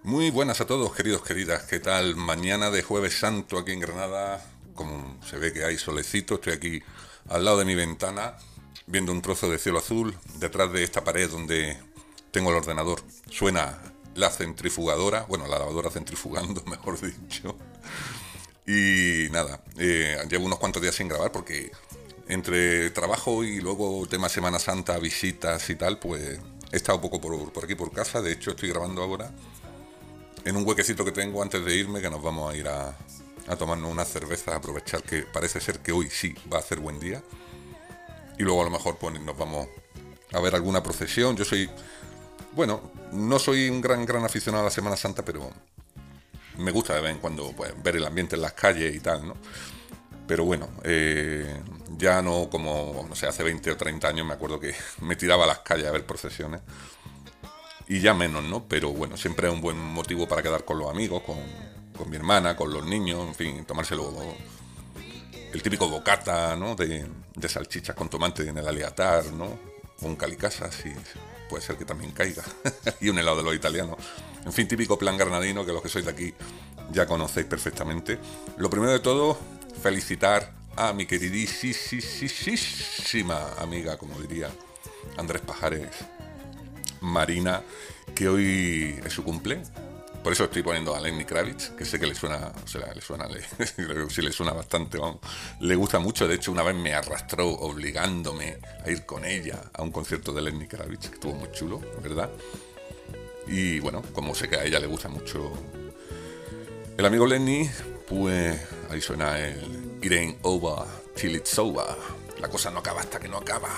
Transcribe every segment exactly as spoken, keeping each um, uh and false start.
Muy buenas a todos, queridos, queridas. ¿Qué tal? Mañana de Jueves Santo aquí en Granada. Como se ve que hay solecito, estoy aquí al lado de mi ventana, viendo un trozo de cielo azul. Detrás de esta pared donde tengo el ordenador suena la centrifugadora, bueno, la lavadora centrifugando, mejor dicho. Y nada, eh, llevo unos cuantos días sin grabar porque entre trabajo y luego tema Semana Santa, visitas y tal, pues he estado poco por, por aquí por casa. De hecho, estoy grabando ahora en un huequecito que tengo antes de irme, que nos vamos a ir a, a tomarnos unas cervezas, a aprovechar que parece ser que hoy sí va a hacer buen día. Y luego a lo mejor pues nos vamos a ver alguna procesión. Yo soy, bueno, no soy un gran, gran aficionado a la Semana Santa, pero me gusta de vez en cuando pues, ver el ambiente en las calles y tal, ¿no? Pero bueno, eh, ya no como, no sé, hace veinte o treinta años me acuerdo que me tiraba a las calles a ver procesiones. Y ya menos, ¿no? Pero bueno, siempre es un buen motivo para quedar con los amigos, con, con mi hermana, con los niños, en fin, tomárselo el típico bocata, ¿no? De, de salchichas con tomate en el aliatar, ¿no? O un calicasa, sí, puede ser que también caiga. Y un helado de los italianos. En fin, típico plan granadino que los que sois de aquí ya conocéis perfectamente. Lo primero de todo, felicitar a mi queridísima amiga, como diría Andrés Pajares, Marina, que hoy es su cumple. Por eso estoy poniendo a Lenny Kravitz, que sé que le suena, o sea, le suena, le, creo que sí le suena bastante, vamos. Le gusta mucho, de hecho una vez me arrastró obligándome a ir con ella a un concierto de Lenny Kravitz, que estuvo muy chulo, ¿verdad? Y bueno, como sé que a ella le gusta mucho el amigo Lenny, pues ahí suena el It Ain't Over Till It's Over. La cosa no acaba hasta que no acaba.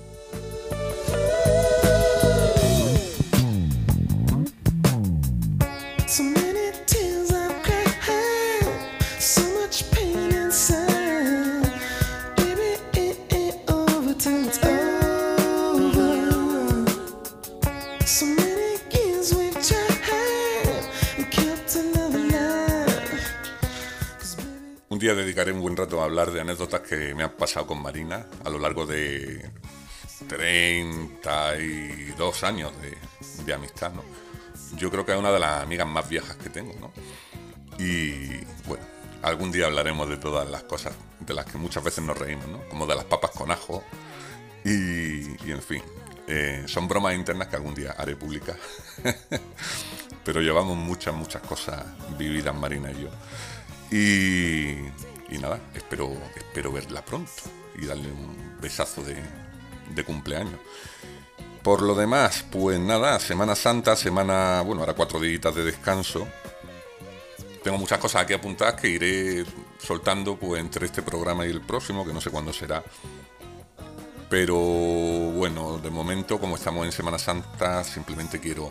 So many tears I've cried, so much pain inside. Baby, it ain't over till it's over. So many years we've tried, we kept another life. Un día dedicaré un buen rato a hablar de anécdotas que me han pasado con Marina a lo largo de treinta y dos años de, de amistad, ¿no? Yo creo que es una de las amigas más viejas que tengo, ¿no? Y bueno, algún día hablaremos de todas las cosas de las que muchas veces nos reímos, ¿no? Como de las papas con ajo y, y en fin, eh, son bromas internas que algún día haré públicas. Pero llevamos muchas, muchas cosas vividas Marina y yo. Y, y nada, espero, espero verla pronto y darle un besazo de, de cumpleaños. Por lo demás, pues nada, Semana Santa, semana, bueno, ahora cuatro días de descanso. Tengo muchas cosas aquí apuntadas que iré soltando pues entre este programa y el próximo, que no sé cuándo será. Pero bueno, de momento, como estamos en Semana Santa, simplemente quiero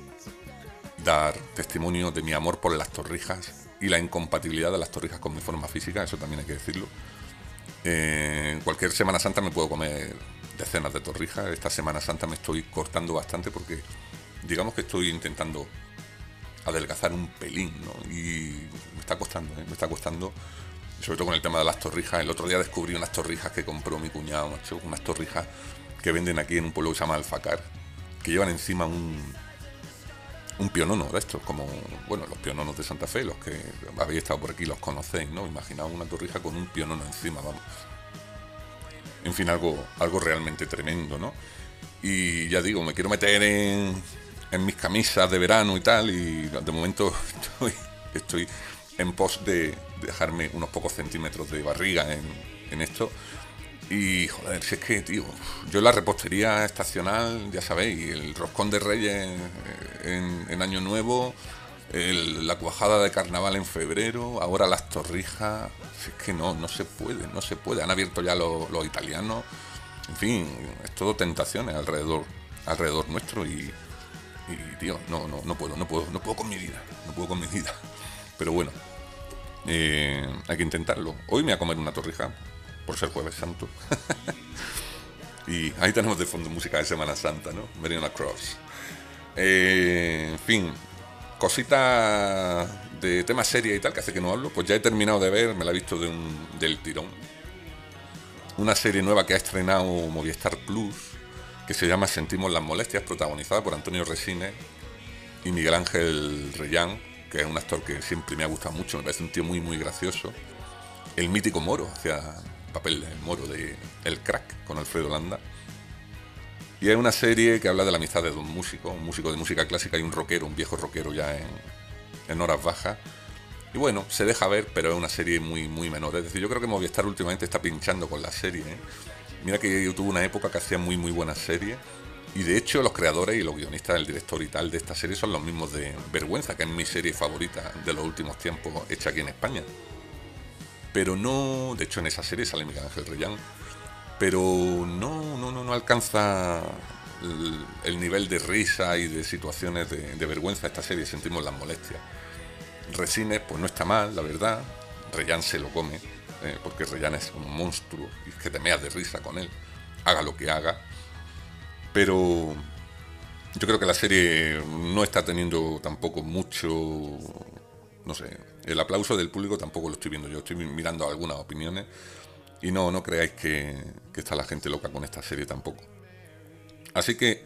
dar testimonio de mi amor por las torrijas y la incompatibilidad de las torrijas con mi forma física, eso también hay que decirlo. Eh, en cualquier Semana Santa me puedo comer decenas de torrijas. Esta Semana Santa me estoy cortando bastante porque digamos que estoy intentando adelgazar un pelín, ¿no? Y me está costando, ¿eh? me está costando, sobre todo con el tema de las torrijas. El otro día descubrí unas torrijas que compró mi cuñado, macho, unas torrijas que venden aquí en un pueblo que se llama Alfacar, que llevan encima un un pionono de estos, como, bueno, los piononos de Santa Fe, los que habéis estado por aquí los conocéis, ¿no? Imaginaos una torrija con un pionono encima, vamos. En fin, algo, algo realmente tremendo, ¿no? Y ya digo, me quiero meter en, en mis camisas de verano y tal, y de momento estoy, estoy en pos de dejarme unos pocos centímetros de barriga en, en esto. Y joder, si es que, tío, yo en la repostería estacional, ya sabéis, el roscón de Reyes en, en Año Nuevo, el, la cuajada de carnaval en febrero, ahora las torrijas, si es que no, no se puede, no se puede. Han abierto ya los, los italianos, en fin, es todo tentaciones alrededor, alrededor nuestro y, y tío, no, no, no puedo, no puedo, no puedo con mi vida, no puedo con mi vida. Pero bueno, eh, hay que intentarlo. Hoy me voy a comer una torrija, por ser Jueves Santo. Y ahí tenemos de fondo música de Semana Santa, ¿no? Venir Across. Eh, en fin, cositas de temas serios y tal, que hace que no hablo. Pues ya he terminado de ver, me la he visto de un, del tirón, una serie nueva que ha estrenado Movistar Plus, que se llama Sentimos las molestias, protagonizada por Antonio Resines y Miguel Ángel Reyán, que es un actor que siempre me ha gustado mucho, me parece un tío muy muy gracioso. El mítico Moro, hacía el papel del Moro de El Crack con Alfredo Landa. Y es una serie que habla de la amistad de dos músicos, un músico de música clásica y un rockero, un viejo rockero ya en, en horas bajas. Y bueno, se deja ver, pero es una serie muy muy menor. Es decir, yo creo que Movistar últimamente está pinchando con la serie, ¿eh? Mira que yo tuve una época que hacía muy muy buenas series. Y de hecho los creadores y los guionistas, el director y tal de esta serie son los mismos de Vergüenza, que es mi serie favorita de los últimos tiempos hecha aquí en España. Pero no, de hecho en esa serie sale Miguel Ángel Reyán, pero no, no, no, no alcanza el, el nivel de risa y de situaciones de, de vergüenza esta serie, sentimos las molestias. Resines, pues no está mal, la verdad, Reyán se lo come, eh, porque Reyán es un monstruo y es que te meas de risa con él, haga lo que haga, pero yo creo que la serie no está teniendo tampoco mucho, no sé, el aplauso del público tampoco lo estoy viendo yo, estoy mirando algunas opiniones. Y no, no creáis que, que está la gente loca con esta serie tampoco. Así que,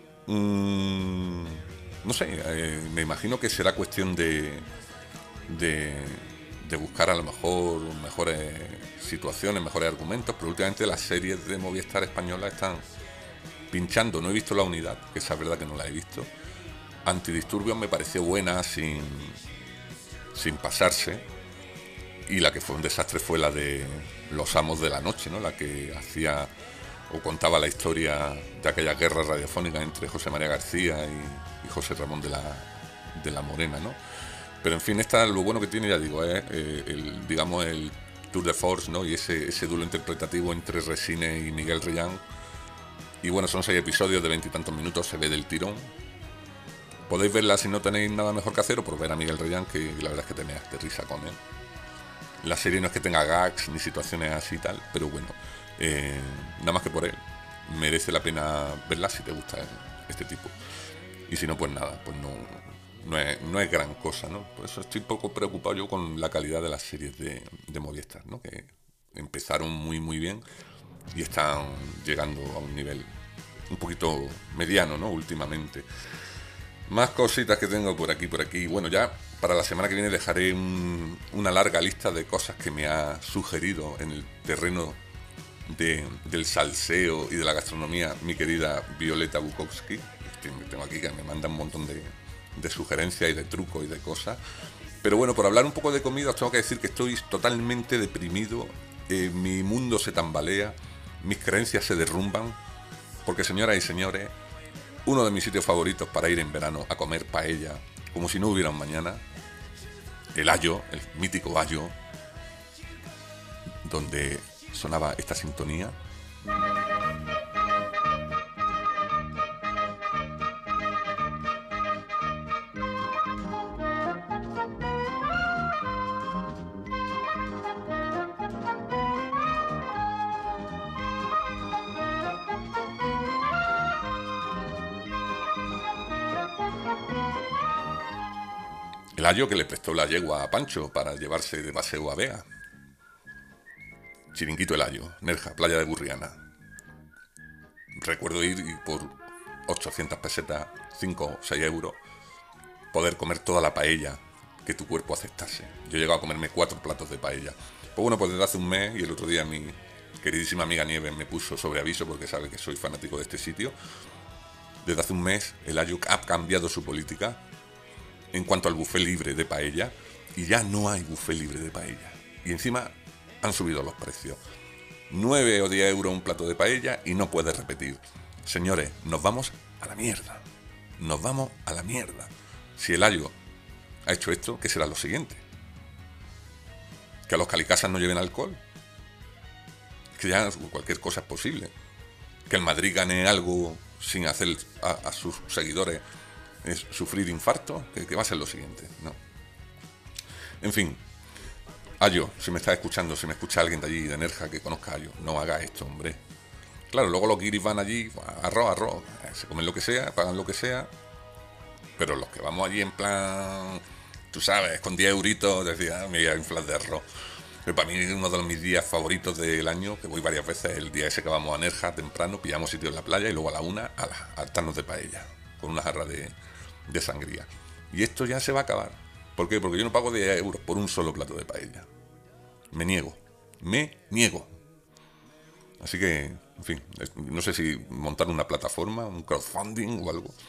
mmm, no sé, eh, me imagino que será cuestión de, de, de buscar a lo mejor mejores situaciones, mejores argumentos, pero últimamente las series de Movistar española están pinchando. No he visto La Unidad, que esa es verdad que no la he visto. Antidisturbios me pareció buena, sin, sin pasarse. Y la que fue un desastre fue la de Los Amos de la Noche, ¿no? La que hacía o contaba la historia de aquella guerra radiofónica entre José María García y, y José Ramón de la, de la Morena, ¿no? Pero en fin, esta lo bueno que tiene, ya digo, es eh, el, digamos, el tour de force, ¿no? Y ese, ese duelo interpretativo entre Resines y Miguel Reyán. Y bueno, son seis episodios de veintitantos minutos, se ve del tirón. Podéis verla si no tenéis nada mejor que hacer o por ver a Miguel Reyán, que la verdad es que te meas de risa con él. La serie no es que tenga gags ni situaciones así y tal, pero bueno, eh, nada más que por él merece la pena verla si te gusta este tipo. Y si no, pues nada, pues no, no, es, no es gran cosa, ¿no? Por eso estoy un poco preocupado yo con la calidad de las series de, de Movistar, ¿no? Que empezaron muy muy bien y están llegando a un nivel un poquito mediano, ¿no? Últimamente. Más cositas que tengo por aquí, por aquí. Bueno, ya para la semana que viene dejaré un, una larga lista de cosas que me ha sugerido en el terreno de, del salseo y de la gastronomía mi querida Violeta Bukowski. Tengo aquí que me manda un montón de, de sugerencias y de trucos y de cosas. Pero bueno, por hablar un poco de comida os tengo que decir que estoy totalmente deprimido. Eh, mi mundo se tambalea, mis creencias se derrumban, porque señoras y señores, uno de mis sitios favoritos para ir en verano a comer paella, como si no hubiera un mañana, el Ayo, el mítico Ayo, donde sonaba esta sintonía. El Ayo que le prestó la yegua a Pancho para llevarse de paseo a Vega. Chiringuito El Ayo, Nerja, playa de Burriana. Recuerdo ir y por ochocientas pesetas, cinco o seis euros, poder comer toda la paella que tu cuerpo aceptase. Yo he llegado a comerme cuatro platos de paella. Pues bueno, pues desde hace un mes, y el otro día mi queridísima amiga Nieves me puso sobre aviso porque sabe que soy fanático de este sitio. Desde hace un mes el Ayo ha cambiado su política en cuanto al buffet libre de paella, y ya no hay buffet libre de paella. Y encima han subido los precios. nueve o diez euros un plato de paella y no puedes repetir. Señores, nos vamos a la mierda. Nos vamos a la mierda. Si el Ayo ha hecho esto, ¿qué será lo siguiente? Que a los calicasas no lleven alcohol. Que ya cualquier cosa es posible. Que el Madrid gane algo sin hacer a, a sus seguidores es sufrir infarto, que, que va a ser lo siguiente, ¿no? En fin, Ayo, si me estás escuchando, si me escucha alguien de allí, de Nerja, que conozca a Ayo, no haga esto, hombre. Claro, luego los guiris van allí, arroz, arroz, se comen lo que sea, pagan lo que sea, pero los que vamos allí en plan, tú sabes, con diez euritos, decía, ah, me voy a inflar de arroz. Pero para mí uno de mis días favoritos del año, que voy varias veces, el día ese que vamos a Nerja temprano, pillamos sitio en la playa y luego a la una a, la, a hartarnos de paella, con una jarra de, de sangría. Y esto ya se va a acabar. ¿Por qué? Porque yo no pago diez euros por un solo plato de paella. Me niego. Me niego. Así que, en fin, no sé si montar una plataforma, un crowdfunding o algo.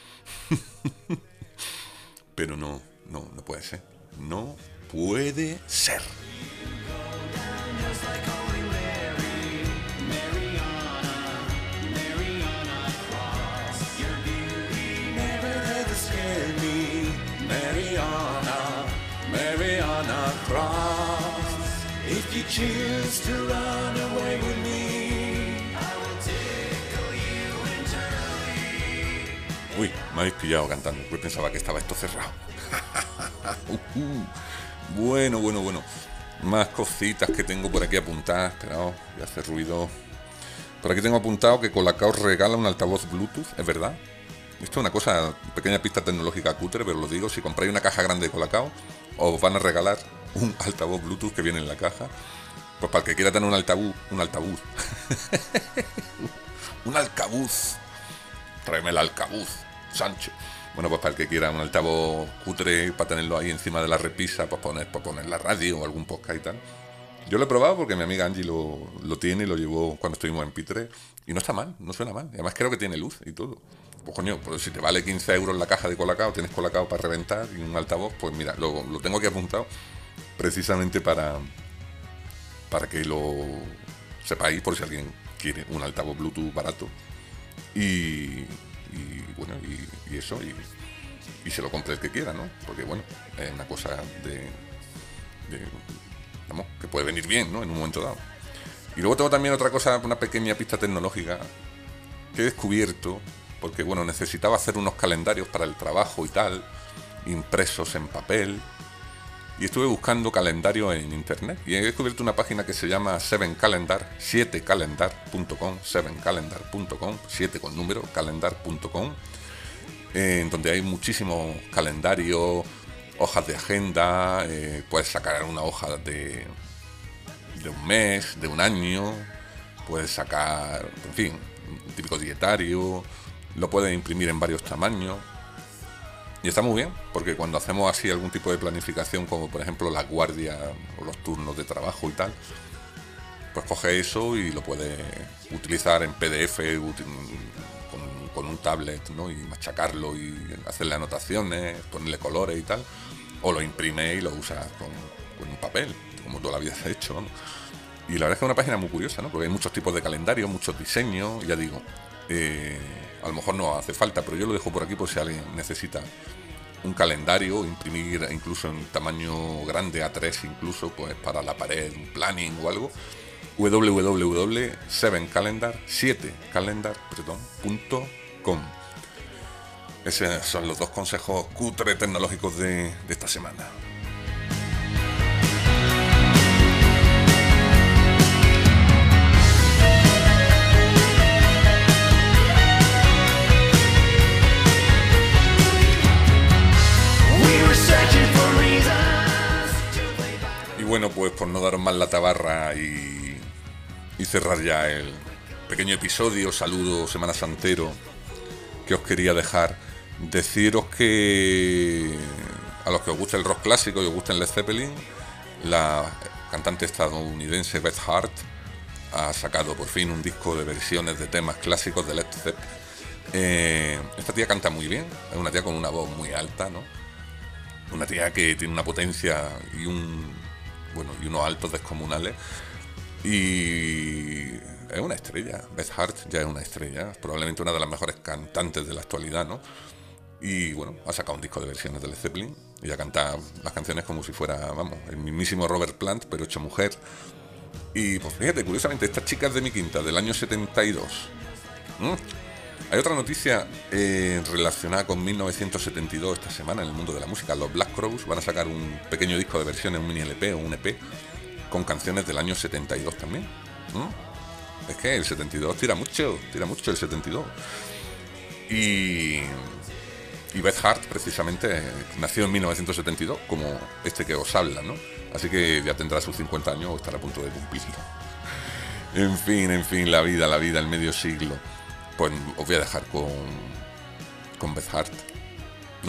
Pero no, no, no puede ser. No puede ser. If you choose to run away with me, I will tickle you internally. Uy, me habéis pillado cantando. Pues pensaba que estaba esto cerrado. uh, uh. Bueno, bueno, bueno. Más cositas que tengo por aquí apuntadas. Esperaos, voy a hacer ruido. Por aquí tengo apuntado que Colacao regala un altavoz Bluetooth. ¿Es verdad? Esto es una cosa, pequeña pista tecnológica cutre, pero lo digo, si compráis una caja grande de Colacao, os van a regalar un altavoz Bluetooth que viene en la caja. Pues para el que quiera tener un altavoz, un altavoz. un alcabuz. Tráeme el alcabuz, Sancho. Bueno, pues para el que quiera un altavoz cutre para tenerlo ahí encima de la repisa, pues poner, pues poner la radio o algún podcast y tal. Yo lo he probado porque mi amiga Angie lo, lo tiene y lo llevó cuando estuvimos en Pitre. Y no está mal, no suena mal. Y además creo que tiene luz y todo. Pues coño, pues si te vale quince euros la caja de Colacao, tienes Colacao para reventar y un altavoz, pues mira, lo, lo tengo aquí apuntado precisamente para, para que lo sepáis por si alguien quiere un altavoz Bluetooth barato. Y, y bueno, y, y eso, y, y se lo compre el que quiera, ¿no? Porque bueno, es una cosa de, de vamos, que puede venir bien, ¿no? En un momento dado. Y luego tengo también otra cosa, una pequeña pista tecnológica que he descubierto, porque bueno, necesitaba hacer unos calendarios para el trabajo y tal, impresos en papel, y estuve buscando calendarios en internet, y he descubierto una página que se llama seven calendar, siete calendar punto com, seven calendar punto com, siete con número, calendar punto com, eh, en donde hay muchísimos calendarios, hojas de agenda, eh, puedes sacar una hoja de, de un mes, de un año, puedes sacar, en fin, un típico dietario, lo puedes imprimir en varios tamaños. Y está muy bien, porque cuando hacemos así algún tipo de planificación, como por ejemplo las guardias o los turnos de trabajo y tal, pues coge eso y lo puedes utilizar en P D F con, con un tablet, ¿no? Y machacarlo y hacerle anotaciones, ponerle colores y tal, o lo imprimes y lo usas con, con un papel, como toda la vida se ha hecho, ¿no? Y la verdad es que es una página muy curiosa, ¿no? Porque hay muchos tipos de calendarios, muchos diseños, ya digo, eh, a lo mejor no hace falta, pero yo lo dejo por aquí por si alguien necesita un calendario, imprimir incluso en tamaño grande, A tres incluso, pues para la pared, un planning o algo. w w w punto seven calendar, siete calendar, perdón, punto com. Esos son los dos consejos cutre tecnológicos de, de esta semana. Bueno, pues por no daros más la tabarra y, y cerrar ya el pequeño episodio, saludo semana santero que os quería dejar, deciros que a los que os guste el rock clásico y os guste el Led Zeppelin, la cantante estadounidense Beth Hart ha sacado por fin un disco de versiones de temas clásicos de Led Zeppelin. Eh, esta tía canta muy bien, es una tía con una voz muy alta, ¿no? Una tía que tiene una potencia y un bueno, y unos altos descomunales, y es una estrella. Beth Hart ya es una estrella, probablemente una de las mejores cantantes de la actualidad, ¿no? Y bueno, ha sacado un disco de versiones de Led Zeppelin y ya canta las canciones como si fuera, vamos, el mismísimo Robert Plant, pero hecho mujer. Y pues fíjate, curiosamente, esta chica es de mi quinta, del año setenta y dos. ¿Mm? Hay otra noticia eh, relacionada con mil novecientos setenta y dos esta semana en el mundo de la música. Los Black Crowes van a sacar un pequeño disco de versiones, un mini L P o un E P, con canciones del año setenta y dos también. ¿Mm? Es que el setenta y dos tira mucho, tira mucho el setenta y dos. Y, y Beth Hart, precisamente, nació en mil novecientos setenta y dos, como este que os habla, ¿no? Así que ya tendrá sus cincuenta años o estará a punto de cumplirlo. En fin, en fin, la vida, la vida, el medio siglo. Pues os voy a dejar con, con Beth Hart, ¿no?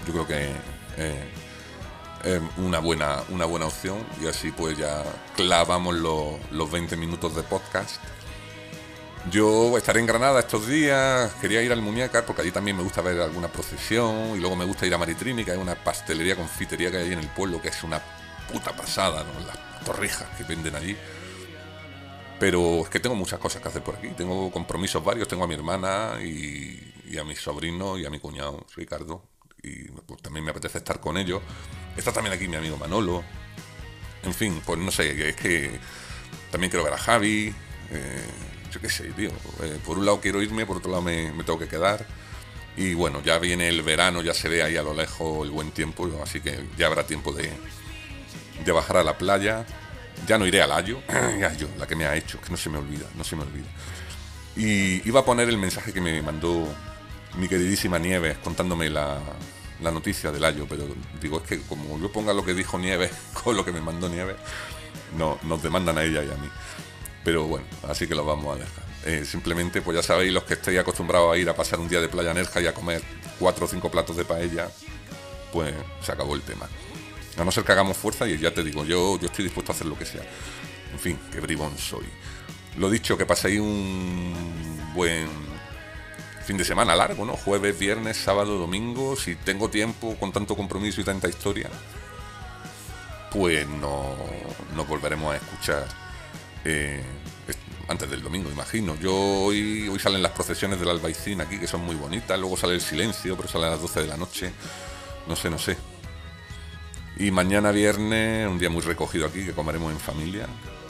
Yo creo que eh, es una buena, una buena opción, y así pues ya clavamos los, los veinte minutos de podcast. Yo estaré en Granada estos días, quería ir al Muñecar porque allí también me gusta ver alguna procesión, y luego me gusta ir a Maritrini, que es una pastelería, confitería que hay en el pueblo, que es una puta pasada, ¿no? Las torrijas que venden allí. Pero es que tengo muchas cosas que hacer por aquí, tengo compromisos varios, tengo a mi hermana y, y a mis sobrinos y a mi cuñado Ricardo, y pues también me apetece estar con ellos. Está también aquí mi amigo Manolo. En fin, pues no sé, es que también quiero ver a Javi. Eh, yo qué sé, tío. Eh, por un lado quiero irme, por otro lado me, me tengo que quedar. Y bueno, ya viene el verano, ya se ve ahí a lo lejos el buen tiempo, así que ya habrá tiempo de, de bajar a la playa. Ya no iré al Ayo, Ayo, la que me ha hecho, que no se me olvida, no se me olvida. Y iba a poner el mensaje que me mandó mi queridísima Nieves contándome la, la noticia del Ayo, pero digo, es que como yo ponga lo que dijo Nieves con lo que me mandó Nieves, no, nos demandan a ella y a mí. Pero bueno, así que lo vamos a dejar. Eh, simplemente, pues ya sabéis, los que estéis acostumbrados a ir a pasar un día de playa en Nerja y a comer cuatro o cinco platos de paella, pues se acabó el tema. A no ser que hagamos fuerza, y ya te digo, yo, yo estoy dispuesto a hacer lo que sea. En fin, qué bribón soy. Lo dicho, que paséis un buen fin de semana largo, ¿no? Jueves, viernes, sábado, domingo. Si tengo tiempo, con tanto compromiso y tanta historia, pues no nos volveremos a escuchar eh, antes del domingo, imagino. Yo hoy, hoy salen las procesiones del Albaicín aquí, que son muy bonitas. Luego sale el silencio, pero sale a las doce de la noche. No sé, no sé. Y mañana viernes, un día muy recogido aquí, que comeremos en familia.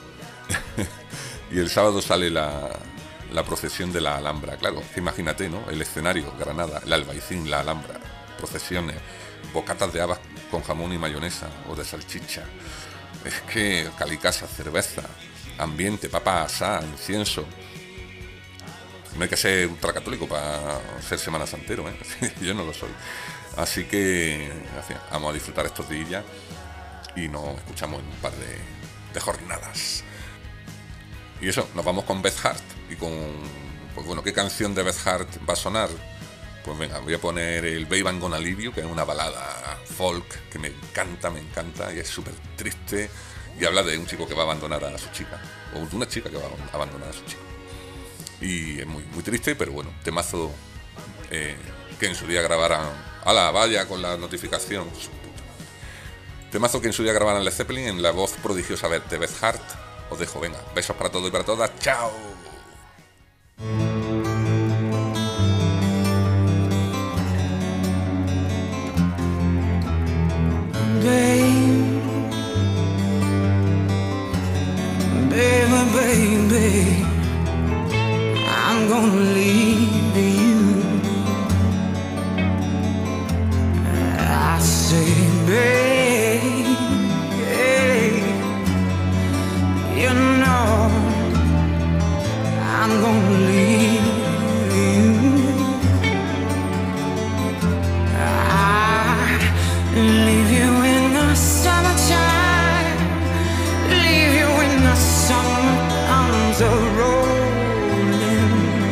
Y el sábado sale la, la procesión de la Alhambra. Claro, que imagínate, ¿no? El escenario, Granada, el Albaicín, la Alhambra, procesiones, bocatas de habas con jamón y mayonesa o de salchicha. Es que calicasa, cerveza, ambiente, papa asada, incienso. No hay que ser ultracatólico para ser semana santero, ¿eh? Yo no lo soy. Así que, gracias, vamos a disfrutar estos días y nos escuchamos en un par de, de jornadas. Y eso, nos vamos con Beth Hart. Y con, pues bueno, ¿qué canción de Beth Hart va a sonar? Pues venga, voy a poner el Babe I'm Gonna Leave You, que es una balada folk que me encanta, me encanta, y es súper triste, y habla de un chico que va a abandonar a su chica, o de una chica que va a abandonar a su chico. Y es muy, muy triste, pero bueno, temazo eh, que en su día grabaran. ¡Hala, vaya con la notificación! Temazo que en su día grabaran Led Zeppelin en la voz prodigiosa de Beth Hart. Os dejo, venga, besos para todos y para todas. ¡Chao! Baby, baby, I'm gonna leave you. I say, baby, you know I'm gonna leave you. I leave you in the summertime, leave you in the summer arms of rolling,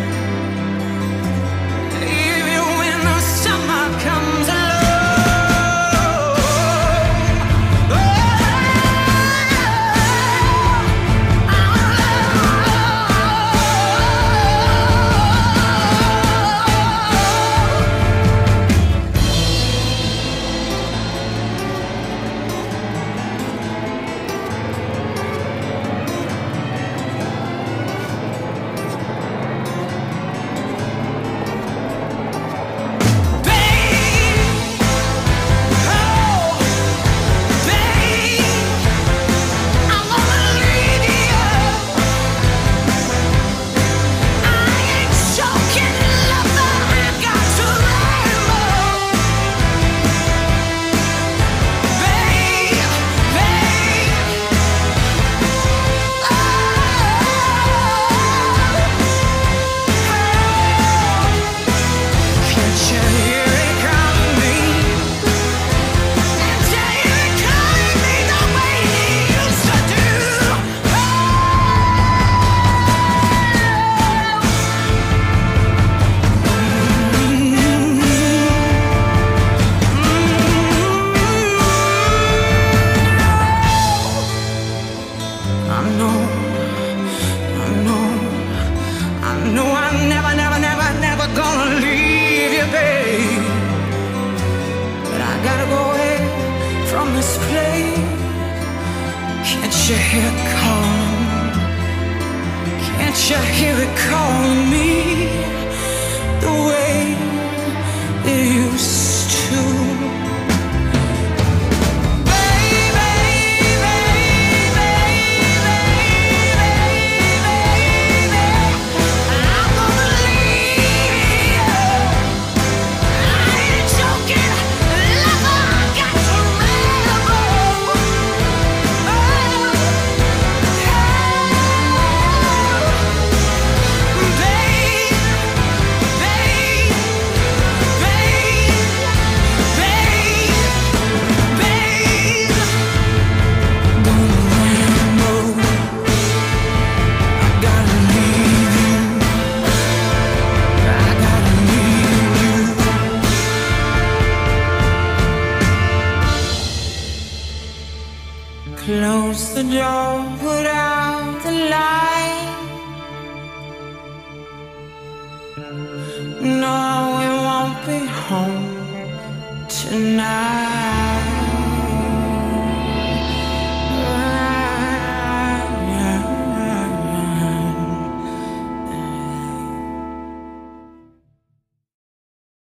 leave you when the summer comes along. on this plane. Can't you hear it calling? Can't you hear it calling me the way it used to? Close the door, put out the light. No, we won't be home tonight.